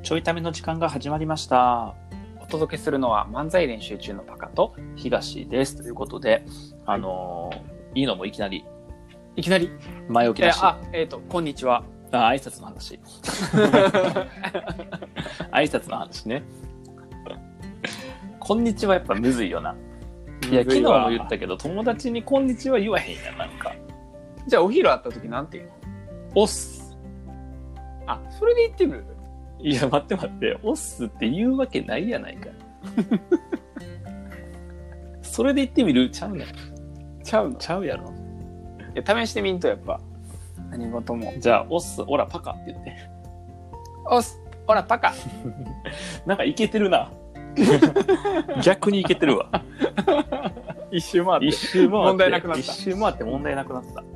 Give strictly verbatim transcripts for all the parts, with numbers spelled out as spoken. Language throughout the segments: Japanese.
ちょいための時間が始まりました。 お届けするのは漫才練習中のパカと東ですということで、あのー、いいのもいきなりいきなり前置きなし、 あ、えっとこんにちは。 あ、挨拶の話挨拶の話ね。こんにちはやっぱむずいよな。いや昨日も言ったけど友達にこんにちは言わへんやん。なんかじゃあお昼会った時なんて言うの？ おっす。 あ、それで言ってみる？ いや待って待って、おっすって言うわけないやないかそれで言ってみる？ちゃうねん。 ちゃうの？ ちゃうやろ。 いや試してみんとやっぱ何事も。 じゃあおっすオラパカって言って。 おっすオラパカなんかイケてるな逆にイケてるわ一周回って一周回って問題なくなった。 一周回って問題なくなった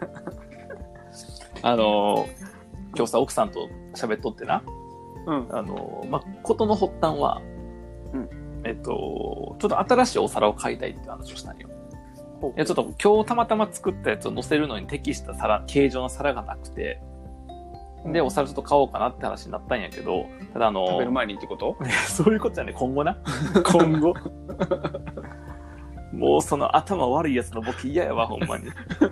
あのー、今日さ奥さんと喋っとってな、 うん、 あのー、まあ、ことの発端は、うん、えっとちょっと新しいお皿を買いたいって話をしたんよ。いやちょっと今日たまたま作ったやつを乗せるのに適した皿、形状の皿がなくて、でお皿ちょっと買おうかなって話になったんやけど、ただあのー、 食べる前にってこと？ そういうことじゃね、今後な今後もうその頭悪いやつのボケ嫌やわほんまに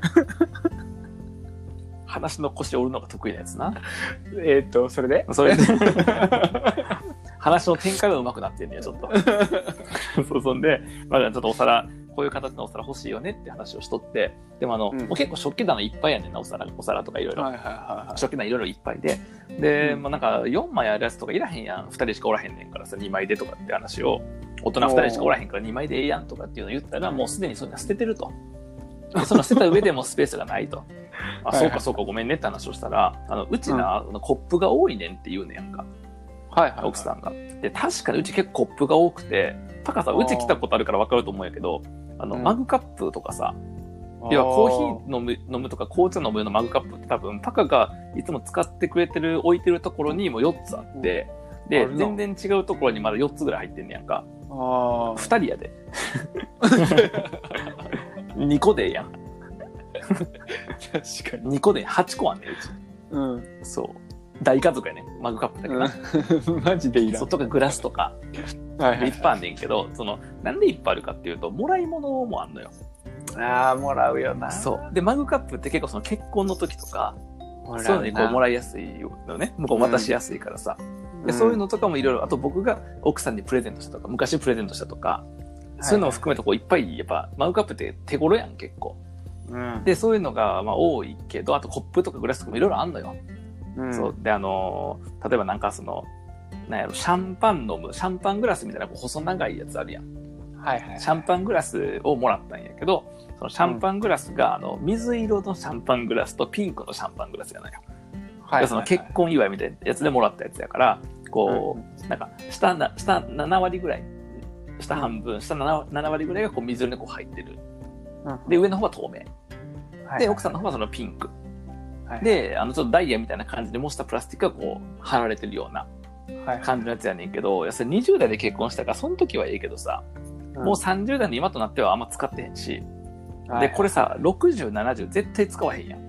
話の腰折るのが得意なやつな。 えっとそれでそれで話の展開が上手くなってんねやちょっとそうそんで、まあ、ちょっとお皿こういう形のお皿欲しいよねって話をしとって、でもあの、うん、もう結構食器棚いっぱいやねんな、お皿お皿とかいろいろ食器棚いろいろいっぱいで、で、うん、まあ、なんかよんまいあるやつとかいらへんやん、ふたりしかおらへんねんからさにまいでとかって話を、大人ふたりしかおらへんからにまいでええやんとかっていうのを言ったら、もうすでにそんな捨ててると。でその捨てた上でもスペースがないとあ、そうかそうかごめんねって話をしたら、あのうちな、うん、コップが多いねんって言うねんやんか、はいはいはい、奥さんが。で確かにうち結構コップが多くて、パカさんうち来たことあるから分かると思うんやけど、あの、うん、マグカップとかさ、要はコーヒー飲む、飲むとか紅茶飲むようなマグカップって多分パカがいつも使ってくれてる置いてるところにもよっつあって、うん、で全然違うところにまだよっつぐらい入ってんねやんか。あふたりやでにこでええやん確かににこではちこあんねんうち。うんそう大家族やねマグカップだけど、 うん、マジでいらん。 そうとかグラスとかはい、はい、いっぱいあんねんけど、そのなんでいっぱいあるかっていうともらい物もあんのよ。 ああもらうよな。 そうでマグカップって結構その結婚の時とかそういうのにこうもらいやすいのね、向こう渡しやすいからさ、うん、でそういうのとかもいろいろ、あと僕が奥さんにプレゼントしたとか昔プレゼントしたとか、そういうのも含めてこういっぱいやっぱマグカップって手頃やん結構、うん、でそういうのがまあ多いけど、あとコップとかグラスとかもいろいろあんのよ。うん、そうであのー、例えばなんかそのなんやろシャンパン飲むシャンパングラスみたいなこう細長いやつあるやん、はいはいはい、シャンパングラスをもらったんやけど、そのシャンパングラスが、うん、あの水色のシャンパングラスとピンクのシャンパングラスやないよ、はいはいはい、その結婚祝いみたいなやつでもらったやつやからこう、うん、なんか下な下ななわりぐらい下半分、うん、下 7, ななわりぐらいがこう水色にこう入ってる、うん、で上の方は透明、はい、で奥さんの方はそのピンクで、あのちょっとダイヤみたいな感じで模したプラスティックがこう貼られてるような感じのやつやねんけど、はい、にじゅう代で結婚したからその時はいいけどさ、うん、もうさんじゅう代の今となってはあんま使ってへんし、はい、でこれさろくじゅうななじゅう絶対使わへんやん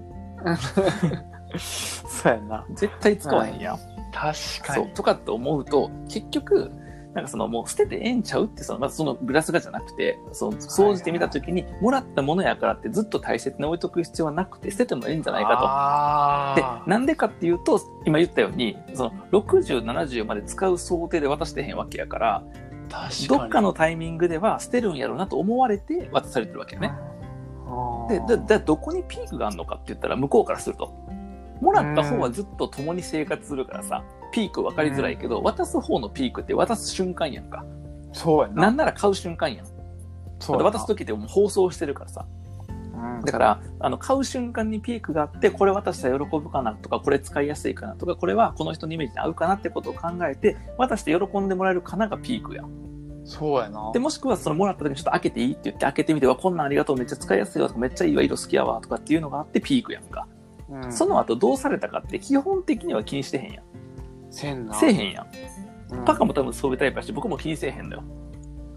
そうやな絶対使わへんやん、はい、 確かにそうとかって思うと結局なんかそのもう捨ててええんちゃうってそのまずそのグラスがじゃなくてその総じてみたときにもらったものやからってずっと大切に置いとく必要はなくて捨ててもええんじゃないかと。でなんでかっていうと今言ったようにそのろくじゅうななじゅうまで使う想定で渡してへんわけやから、確かにどっかのタイミングでは捨てるんやろうなと思われて渡されてるわけよね。でだだどこにピークがあるのかって言ったら向こうからするともらった方はずっと共に生活するからさピーク分かりづらいけど、うん、渡す方のピークって渡す瞬間やんか。 そうやな。 なんなら買う瞬間やん。そうやな。渡す時ってもう放送してるからさ、うん、だからあの買う瞬間にピークがあってこれ渡したら喜ぶかなとかこれ使いやすいかなとかこれはこの人のイメージに合うかなってことを考えて渡して喜んでもらえるかながピークやん。 そうやな。 でもしくはそのもらった時にちょっと開けていいって言って開けてみてはこんなんありがとうめっちゃ使いやすいわとかめっちゃいいわ色好きやわとかっていうのがあってピークやんか、うん、その後どうされたかって基本的には気にしてへんやん。 せんな。 せえへんやん、うん、パカも多分そういうタイプだし僕も気にせえへんのよ。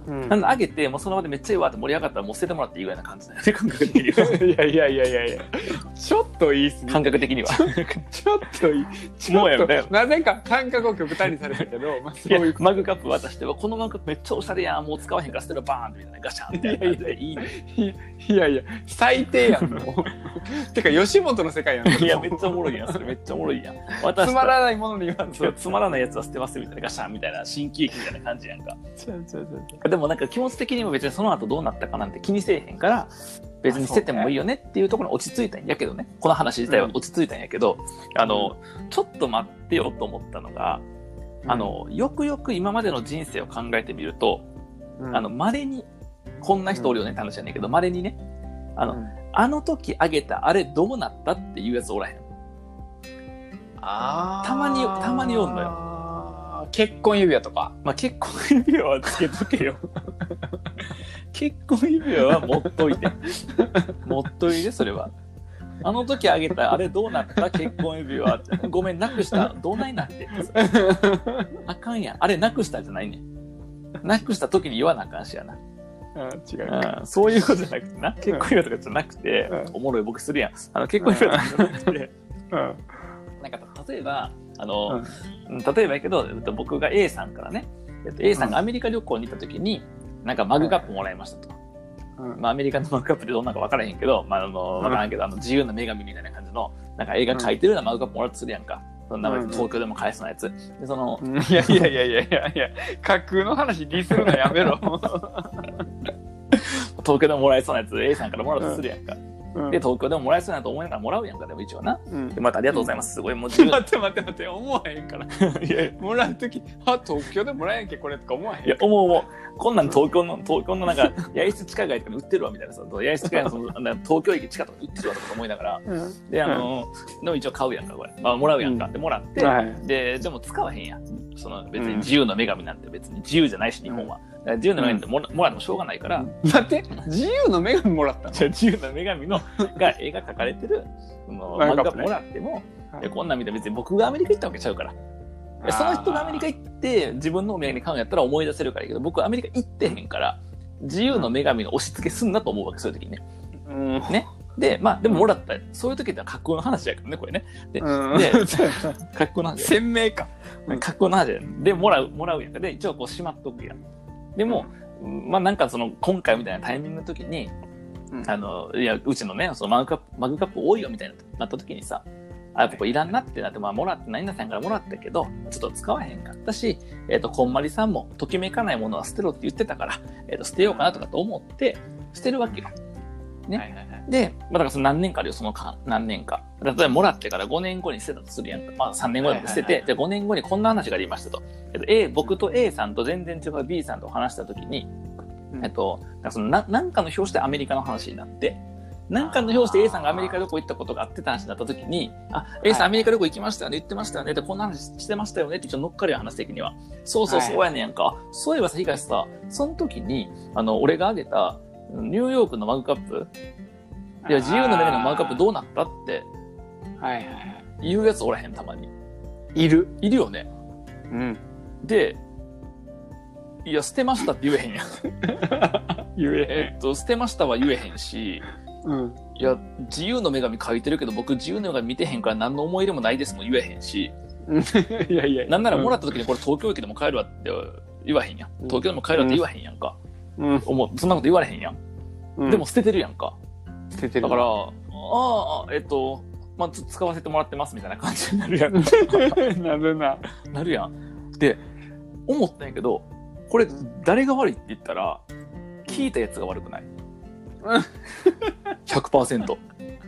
うん、 なんであげてもうその場でめっちゃいいわって盛り上がったらもう捨ててもらっていいぐらいな感じだよね感覚的には。 いやいやいやいやいやちょっといいっすね感覚的にはちょっといいちょっとなぜか感覚を極端にされたけど、まあ、そういうマグカップ渡してはこのマグカップめっちゃおしゃれやんもう使わへんから捨てるバーンみたいなガシャンみたいな感じでいいね。 いやいや最低やんもうてか吉本の世界やん。 いやめっちゃおもろいやんそれめっちゃおもろいやん。渡つまらないものに言わんとつまらないやつは捨てますみたいなガシャンみたいな新喜劇みたいな感じやんか。 ちゃうちゃうちゃうちゃうでもなんか気持ち的にも別にその後どうなったかなんて気にせえへんから別に捨ててもいいよねっていうところに落ち着いたんやけどねこの話自体は落ち着いたんやけど、うん、あのちょっと待ってよと思ったのが、うん、あのよくよく今までの人生を考えてみると、うん、あの稀にこんな人おるよねって話じゃないけど稀にねあの、うん、あの時あげたあれどうなったっていうやつおらへん。 あたまにたまにおんのよ。 結婚指輪とか。 まあ、結婚指輪はつけとけよ。結婚指輪は持っといて。持っといて、それは。あの時あげた、あれどうなった結婚指輪って。ごめん、なくした。どうないなって。あかんやん。あれなくしたじゃないねん。なくした時に言わなあかんしやな。 あ違う、 うん。そういうことじゃなくてな。結婚指輪とかじゃなくて、うん、おもろい僕するやん。あの結婚指輪とかじゃなくて。うん、なんか例えば、あの、うん、例えばやけど、僕が A さんからね、A さんがアメリカ旅行に行った時に、なんかマグカップもらいましたと。うん、まあアメリカのマグカップってどんなか分からへんけど、まああの、分からんけど、あの自由の女神みたいな感じの、なんか映画描いてるようなマグカップもらうとするやんか。そんな東京でも返すのやつ。で、その、 いやいやいやいやいやいや、架空の話ディスるのやめろ。 東京でももらえそうなやつ A さんからもらうとするやんか。うん、で東京でももらえそうなと思いながらもらうやんかでも一応な、うん、でまたありがとうございます、うん、すごいもう自由待って待って待って思わへんからいやいやもらうときあ東京でもらえんけこれとか思わへん。 いや思う思うこんなん東京の東京のなんか八重洲地下街とかに売ってるわみたいなさ八重洲地下街のその東京駅地下とかに売ってるわとか思いながら、うん、であの、うん、でも一応買うやんかこれ、まあ、もらうやんか、うん、でもらって、はい、ででも使わへんやんその別に自由の女神なんて別に自由じゃないし日本は、うん、自由の女神っても ら,、うん、もらってもしょうがないから、 待って自由の女神もらったの。 じゃ自由の女神のが絵が描かれてるマグカップもらっても、はい、こんなん見て別に僕がアメリカ行ったわけちゃうからその人がアメリカ行って自分のお土産に買うんやったら思い出せるからいいけど僕はアメリカ行ってへんから自由の女神の押し付けすんなと思うわけそういう時にね。うん、ねでまあでももらったそういう時って格好の話やからねこれね。で、うん、で格好の話鮮明か格好の話でもらうもらうやんかで一応こうしまっとくやん。でも、うん、まあなんかその今回みたいなタイミングの時に、うん、あのいやうちのねそのマグカップマグカップ多いよみたいになった時にさあやっぱこれいらんなってなってまあもらって何々さんからもらったけどちょっと使わへんかったしえっ、ー、とこんまりさんもときめかないものは捨てろって言ってたからえっ、ー、と捨てようかなとかと思って捨てるわけよ。ね。はいはいはい、で、まあ、だからその何年かあるよ、そのか何年か。例えばもらってからごねんごに捨てたとするやんか。まあさんねんごに捨てて、はいはいはい、でごねんごにこんな話がありましたと。えっと、A、僕と A さんと全然違う B さんと話したときに、うん、えっと、なんかそのななんかの表紙でアメリカの話になって、なんかの表紙で A さんがアメリカ旅行行ったことがあってた話になったときに、あ、A さんアメリカ旅行行きましたよね、言ってましたよね、で、こんな話してましたよねって一応乗っかるよ話的には。そうそうそうやねんか。はい、そういえばさ、東さ、その時に、あの、俺があげたニューヨークのマグカップ、いや、自由の女神のマグカップどうなったって、 はいはいはい。 言うやつおらへん、たまに。 いる。 いるよね。 うん。 で、いや、捨てましたって言えへんやん。 言えへん。 えっと、捨てましたは言えへんし、 うん。 いや、自由の女神書いてるけど、僕自由の女神見てへんから何の思い入れもないですもん言えへんし、 いやいや。 なんならもらった時にこれ東京駅でも帰るわって言わへんやん。東京でも帰るわって言わへんやんか。うん。思う、そんなこと言われへんやん。うん、でも捨ててるやんか。 捨ててる。 だから、ああ、えっと、まあ、ちょっと使わせてもらってますみたいな感じになるやん。 なるな。 なるやん。で、思ったんやけど、これ誰が悪いって言ったら、聞いたやつが悪くない。ひゃくパーセント。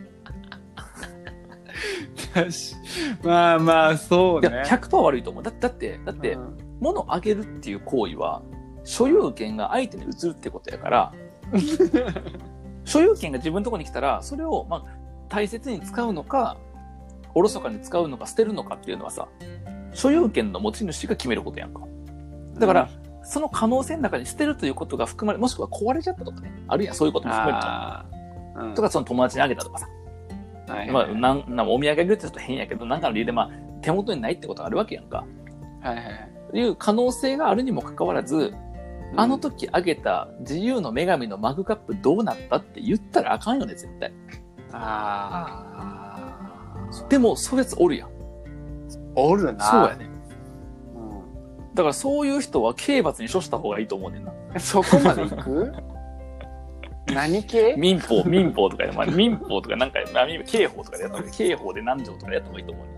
まあまあ、そうね。 いや、ひゃくパーセント悪いと思う。だだって、だって、うん、物をあげるっていう行為は、所有権が相手に移るってことやから、所有権が自分のところに来たら、それを、まあ、大切に使うのか、おろそかに使うのか、捨てるのかっていうのはさ、所有権の持ち主が決めることやんか。だから、うん、その可能性の中に捨てるということが含まれ、もしくは壊れちゃったとかね、あるいはそういうことも含めると。うん、とか、その友達にあげたとかさ。はいはいはい、まあ、なんなんお土産あげるってちょっと変やけど、なんかの理由で、まあ、手元にないってことがあるわけやんか。 はいはい。 いう可能性があるにもかかわらず、 あの時あげた自由の女神のマグカップどうなったって言ったらあかんよね、絶対。 ああ。でも、そういうやつおるやん。 おるな。 そうやね。うん。だからそういう人は刑罰に処した方がいいと思うねんな。 そこまでいく何系民法、民法とかで、まあ、民法とかなんか、まあ、刑法とかでやった方がいい。刑法で何条とかでやった方がいいと思うね。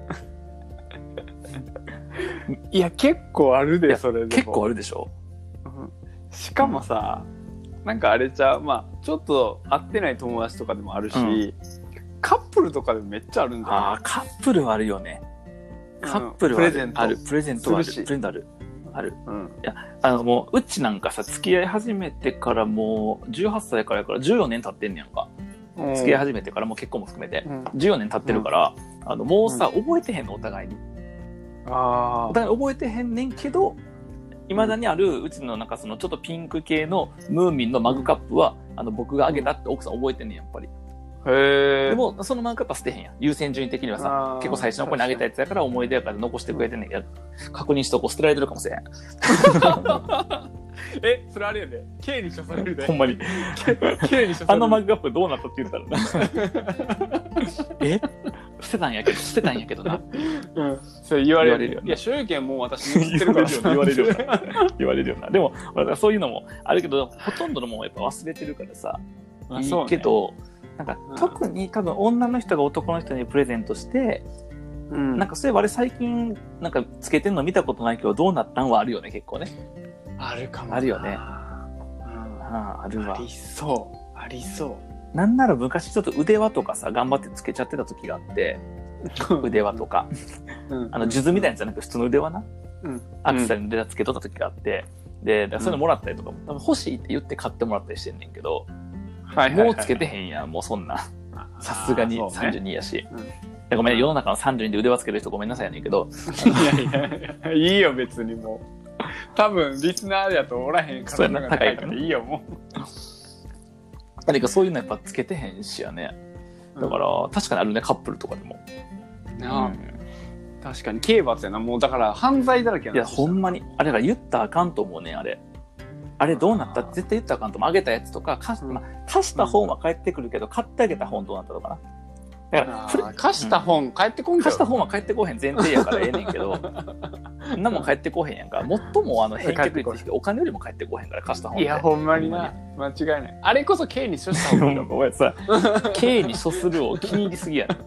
いや、結構あるで、それでも。 結構あるでしょ。 しかもさ、うん、なんかあれちゃう、まあちょっと会ってない友達とかでもあるし、うん、カップルとかでもめっちゃあるんだよ。 ああ、カップルはあるよね。カップルはある、うん、プレゼントある。プレゼントはある。プレゼントある。ある。うん。いや、あのもう、うちなんかさ、付き合い始めてからもう、じゅうはっさいからやからじゅうよねん経ってんねやんか。うん、付き合い始めてからもう結婚も含めて、うん、じゅうよねん経ってるから、うん、あの、もうさ、うん、覚えてへんの、お互いに。ああ。お互い覚えてへんねんけど、いまだにあるうちのなんかそのちょっとピンク系のムーミンのマグカップはあの僕があげたって奥さん覚えてんねんやっぱり。へえ。でもそのマグカップは捨てへんやん。優先順位的にはさ結構最初の子にあげたやつやから思い出やから残してくれてんねんけど、確認しとこう、捨てられてるかもしれん。 え、それあれやで。K に処されるで。 ほんまに。K に処される。あのマグカップどうなったって言ったらな。え捨てたんやけど、捨てたんやけどな。 うん。それ言われるよ。いや、所有権もう私に知ってるから。 言われるよな。言われるよな。でも、そういうのもあるけど、ほとんどのもんやっぱ忘れてるからさ。いいけど、なんか、特に多分女の人が男の人にプレゼントして、うん、なんかそういえばあれ最近なんかつけてんの見たことないけどどうなったんはあるよね、結構ね。 あるかも。 あるよね。うん、 あ, あるわ。ありそう。ありそう。 なんなら昔ちょっと腕輪とかさ、頑張ってつけちゃってた時があって、腕輪とか。うん、あの、数珠みたいなやつじゃなくて普通の腕輪な。うん、アクセサリーの腕輪つけとった時があって、で、そういうのもらったりとかも、多分欲しいって言って買ってもらったりしてんねんけど、はいはいはいはい、もうつけてへんやん、もうそんな。さすがにさんじゅうにやし。うん、いやごめん、世の中のさんじゅうにで腕輪つける人ごめんなさいやねんけど。 いやいや、いいよ別にもう。多分リスナーだとおらへんからなんか高いからいいよもう。 何かそういうのやっぱつけてへんしやね。だから、うん、確かにあるね、カップルとかでも。 なあ、うん、確かに刑罰やな。もうだから犯罪だらけやな。 いやほんまにあれが言ったらあかんと思うね、あれ。あれどうなったって絶対言ったらあかんと思う。あげたやつとか貸し、まあ、貸した本は返ってくるけど、買ってあげた本どうなったのかな。 だから貸した本、うん、返ってこんか貸した本は返ってこへん前提やからええねんけどそんなもん返ってこへんやんか。もっともあの返却率お金よりも返ってこへんから貸した本って。 いやほんまにな、間違いない。あれこそ刑に処した方がいいよ。 お前さ刑に処するを気に入りすぎやね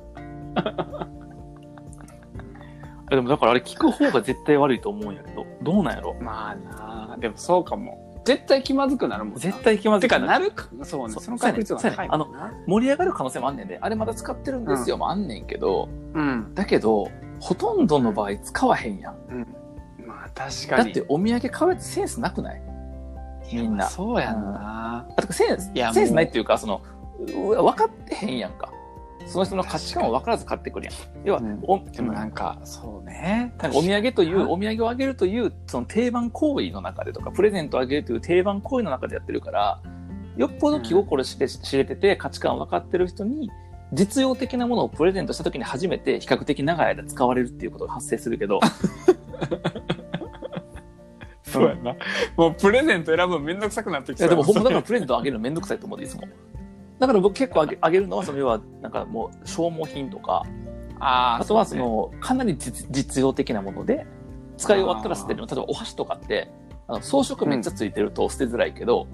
でもだからあれ聞く方が絶対悪いと思うんやけど、どうなんやろ。 まあなあ、でもそうかも。絶対気まずくなるもんな。 絶対気まずくなる。 てかなるか。そうね。その確率は高い。 あの盛り上がる可能性もあんねんで、あれまだ使ってるんですよ、うん、もあんねんけど、うん、だけどほとんどの場合使わへんやん。うん、 まあ確かに。 だってお土産買うやつセンスなくない？みんな。 そうやんな。 うん、あとセンスセンスないっていうかその分かってへんやんか。その人の価値観を分からず買ってくるやん。要は、うん、 おでもなんか、そうね。 なんかお土産という、お土産をあげるという、その定番行為の中でとか、プレゼントをあげるという定番行為の中でやってるから、よっぽど気心して、うん、知れてて価値観を分かってる人に、実用的なものをプレゼントした時に初めて比較的長い間使われるっていうことが発生するけど。 そうやな。もうプレゼント選ぶのめんどくさくなってきた。 いやでもほんまだからプレゼントあげるのめんどくさいと思うでいつも。だから僕結構あげ、あげるのは、その要は、なんかもう消耗品とか、あ, あとはその、かなり 実, 実用的なもので、使い終わったら捨てるの。例えばお箸とかって、あの装飾めっちゃついてると捨てづらいけど、うん、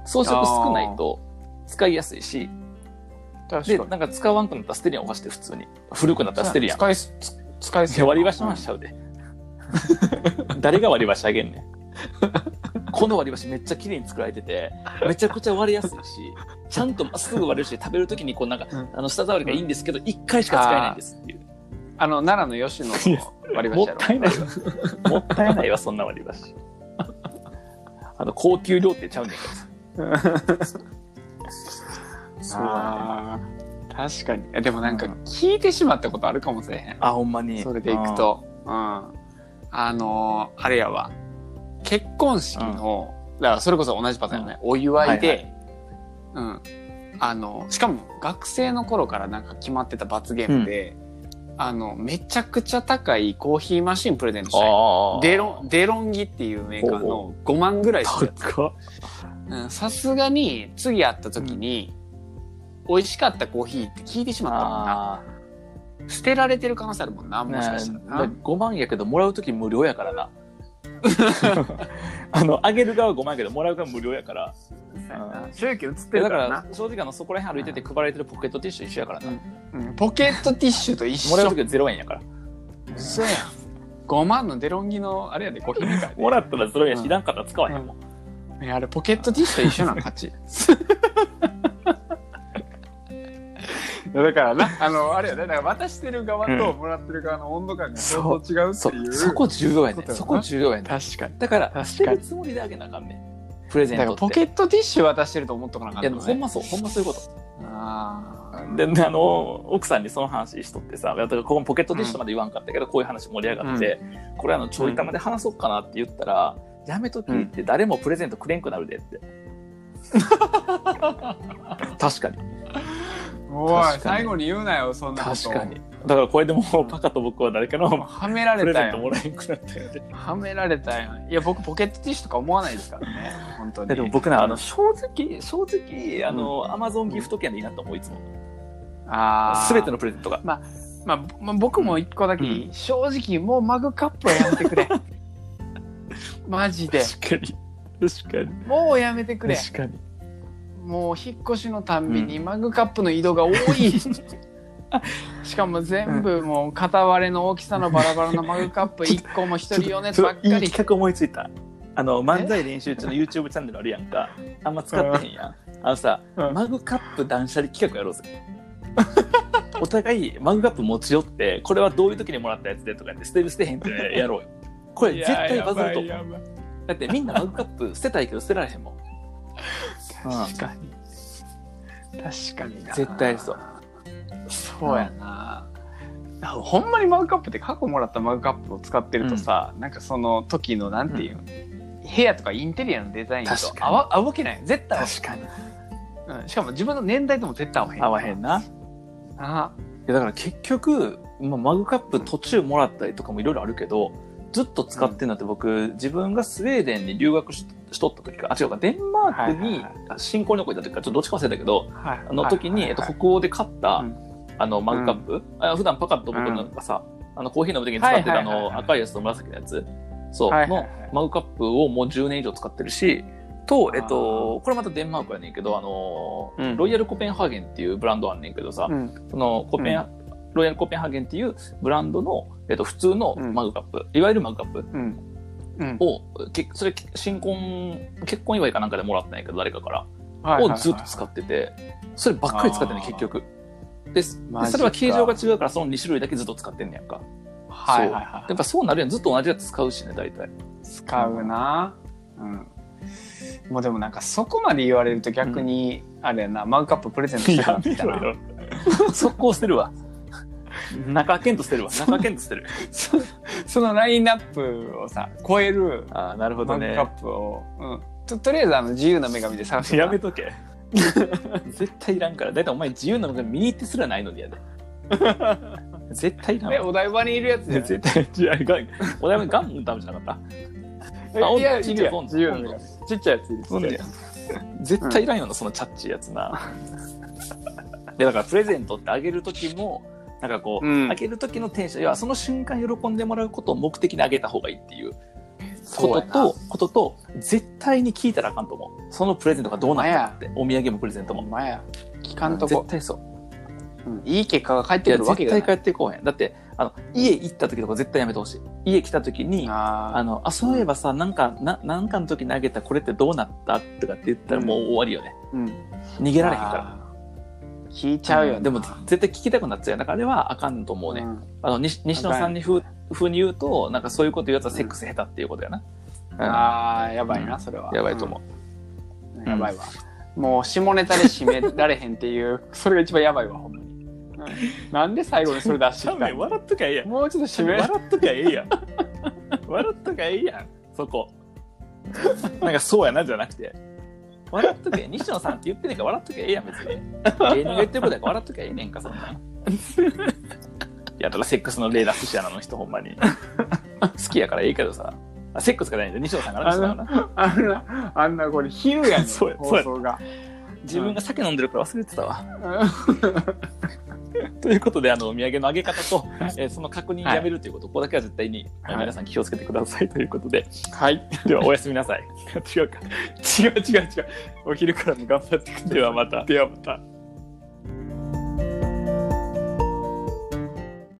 装飾少ないと使いやすいし、で、なんか使わんくなったら捨てるやん、お箸って普通に。古くなったら捨てるやん。 使い、使いすぎ。 割り箸回しちゃうで。誰が割り箸あげんねん。この割り箸めっちゃ綺麗に作られてて、めちゃくちゃ割りやすいし、ちゃんとまっすぐ割れるし、食べるときにこうなんか、うん、あの舌触りがいいんですけど、一回しか使えないんですっていう。 あの、奈良の吉野の割り箸やろ。 もったいないわ。もったいないわ、そんな割り箸。あの、高級料亭ちゃうねんから。そうあ確かに。でもなんか聞いてしまったことあるかもしれへん。 あ、ほんまに。 それでいくと。うん。あのー、あれやわ。結婚式の、うん、だからそれこそ同じパターンよね、うん、お祝いで、はいはい、うん、あのしかも学生の頃からなんか決まってた罰ゲームで、うん、 あのめちゃくちゃ高いコーヒーマシンプレゼントしたい。デロンデロンギっていうメーカーのごまんぐらいするやつ。さすがに次会った時に、うん、美味しかったコーヒーって聞いてしまったもんな。捨てられてる可能性あるもんな、もしかしたらな。 ごまんやけどもらう時無料やからな。あのあげる側はごまんやけどもらう側は無料やから。 収益映ってるからな。 だから正直あのそこら辺歩いてて配られてるポケットティッシュ一緒やからな。 うんうん、ポケットティッシュと一緒。 もらう時はゼロえんやから。 そうやん。ごまんのデロンギのあれやでコーヒーメーカーで。 もらったらゼロ円し、いらんかったら使わへんもん。 うん、いやあれポケットティッシュと一緒なの価値。だからな、あのあれやね、だから渡してる側ともらってる側の温度感が相当違うっていう、うん、 そ, そ, そこ重要やね。そこ重要やね。 確かに。 だから捨てるつもりであげなあかんねん。プレゼントって。だからポケットティッシュ渡してると思っとかなあかんねん。 いやほんまそう、ほんまそういうこと。 ああ。 で、あの奥さんにその話しとってさ、だからここポケットティッシュまで言わんかったけど、うん、こういう話盛り上がって、うん、これあのちょいたまで話そうかなって言ったら、うん、やめときって誰もプレゼントくれんくなるでって。うん、確かに。 おい最後に言うなよそんなこと。 確かに。だからこれでもうパカと僕は誰かのはめられたよ。プレゼントもらえんくなったよね。 はめられたよ。いや僕ポケットティッシュとか思わないですからね。本当に。 でも僕なあの正直正直あのアマゾンギフト券でいいなと思ういつも。ああ。すべてのプレゼントが。 まあまあ、まあ、僕も一個だけ、うん、正直もうマグカップはやめてくれ。マジで。 確かに確かに。 もうやめてくれ。 確かに。 もう引っ越しのたんびにマグカップの移動が多い、うん、しかも全部もう片割れの大きさのバラバラのマグカップいっこも一人用のやつばっかり。 いい企画思いついた。あの漫才練習中の YouTube チャンネルあるやんか。あんま使ってへんやん。あのさ、うん、マグカップ断捨離企画やろうぜ。お互いマグカップ持ち寄ってこれはどういう時にもらったやつでとかって捨てる捨てへんってやろうよ。これ絶対バズると思う。だってみんなマグカップ捨てたいけど捨てられへんもん。 確かに、うん、確かにな。 絶対そうそうやな、うん、ほんまにマグカップって過去もらったマグカップを使ってるとさ、うん、なんかその時のなんていう、うん、部屋とかインテリアのデザインと合わ合うわけない絶対。 確かに、 うん、しかも自分の年代とも絶対合わへん合わへんな。あいやだから結局、まあ、マグカップ途中もらったりとかもいろいろあるけどずっと使ってるのって僕、うん、自分がスウェーデンに留学 し, しとった時かあ違うかデンマークに新婚旅行行った時かちょっとどっちか忘れたけど、はい、あの時に、はいはいはい、えっと、北欧で買った、うん、あのマグカップ、うん、あ普段パカッと僕なんかさ、うん、あのコーヒー飲む時に使ってた、はいはいはいはい、あの赤いやつと紫のやつそう、はいはいはい、のマグカップをもうじゅうねん以上使ってるしと、えっと、これまたデンマークやねんけど、あの、うん、ロイヤルコペンハーゲンっていうブランドあんねんけどさ、うん、そのコペン、うん、ロイヤルコペンハーゲンっていうブランドの、えっと、普通のマグカップ、うん、いわゆるマグカップ、うんうん、を、けそれ新婚、結婚祝いかなんかでもらったんやけど、誰かから、はいはいはいはい、をずっと使ってて、そればっかり使ってんねん、結局。で、それは形状が違うから、そのに種類だけずっと使ってんねんやんか。はいはいはい。やっぱそうなるやん、ずっと同じやつ使うしね、大体。 使うな、うん。もうでもなんかそこまで言われると逆に、あれやな、うん、マグカッププレゼントしたくなってきたな。 速攻捨てるわ。中開けんと捨てるわ。中開けんと捨てる。 そ, そのラインナップをさ、超えるあなるほど、ね、 マグカップを、うん、と, とりあえずあの自由な女神で探してやめとけ。絶対いらんから。だいたいお前自由な女神見に行ってすらないのにやで。絶対いらんわ。 え、お台場にいるやつじゃん。 絶対、お台場にガンダムじゃなかった。 あ、いや、自由な女神。ちっちゃいやついる。ちっちゃいやつ。絶対いらんよな、うん、そのチャッチーやつな。で、だからプレゼントってあげるときも、なんかこう、うん、あげる時のテンション、要はその瞬間喜んでもらうことを目的にあげた方がいいっていうことと、ことと、絶対に聞いたらあかんと思う。そのプレゼントがどうなったかって、お土産もプレゼントも。 お前や。聞かんとこ。 絶対そう。 うん、いい結果が返ってくるわけがない。 絶対返ってこうへん。だって、あの、家行った時とか絶対やめてほしい。家来た時に、あ, あの、あ、そういえばさ、なんか、な、なんかの時にあげたこれってどうなったとかって言ったらもう終わりよね。うん。逃げられへんから。 聞いちゃうよね、うん、 でも絶対聞きたくなっちゃうよ。だからあれはあかんと思うね。うん、あの西西野さんに風風に言うとなんかそういうこと言うやつはセックス下手っていうことやな。 うん、ああやばいな、うん、それは。 やばいと思う。うん、やばいわ。もう下ネタで締められへんっていうそれが一番やばいわほんまに。うん、なんで最後にそれ出してきたの？笑っときゃええやん。 もうちょっと締め。 笑っときゃええやん。笑っときゃええやん。そこ。なんかそうやなじゃなくて。笑っとけ西野さんって言ってねえから笑っとけええやん別に芸人が言ってることやから笑っとけええねんかそんなんいや、だからセックスの例出すしやな、あの人ほんまに。好きやからいいけどさ。あ、セックスがないんだ。西野さんがあんな、あんな、あんなこれ昼やねん、 そうや放送が。 自分が酒飲んでるから忘れてたわ。ということで、あの、お土産のあげ方と、えーその確認やめるということ、ここだけは絶対に、 はい皆さん気をつけてくださいということで、 はい。 ではおやすみなさい。違うか。 違う違う違う。お昼からも頑張ってください。 ではまた。 ではまた。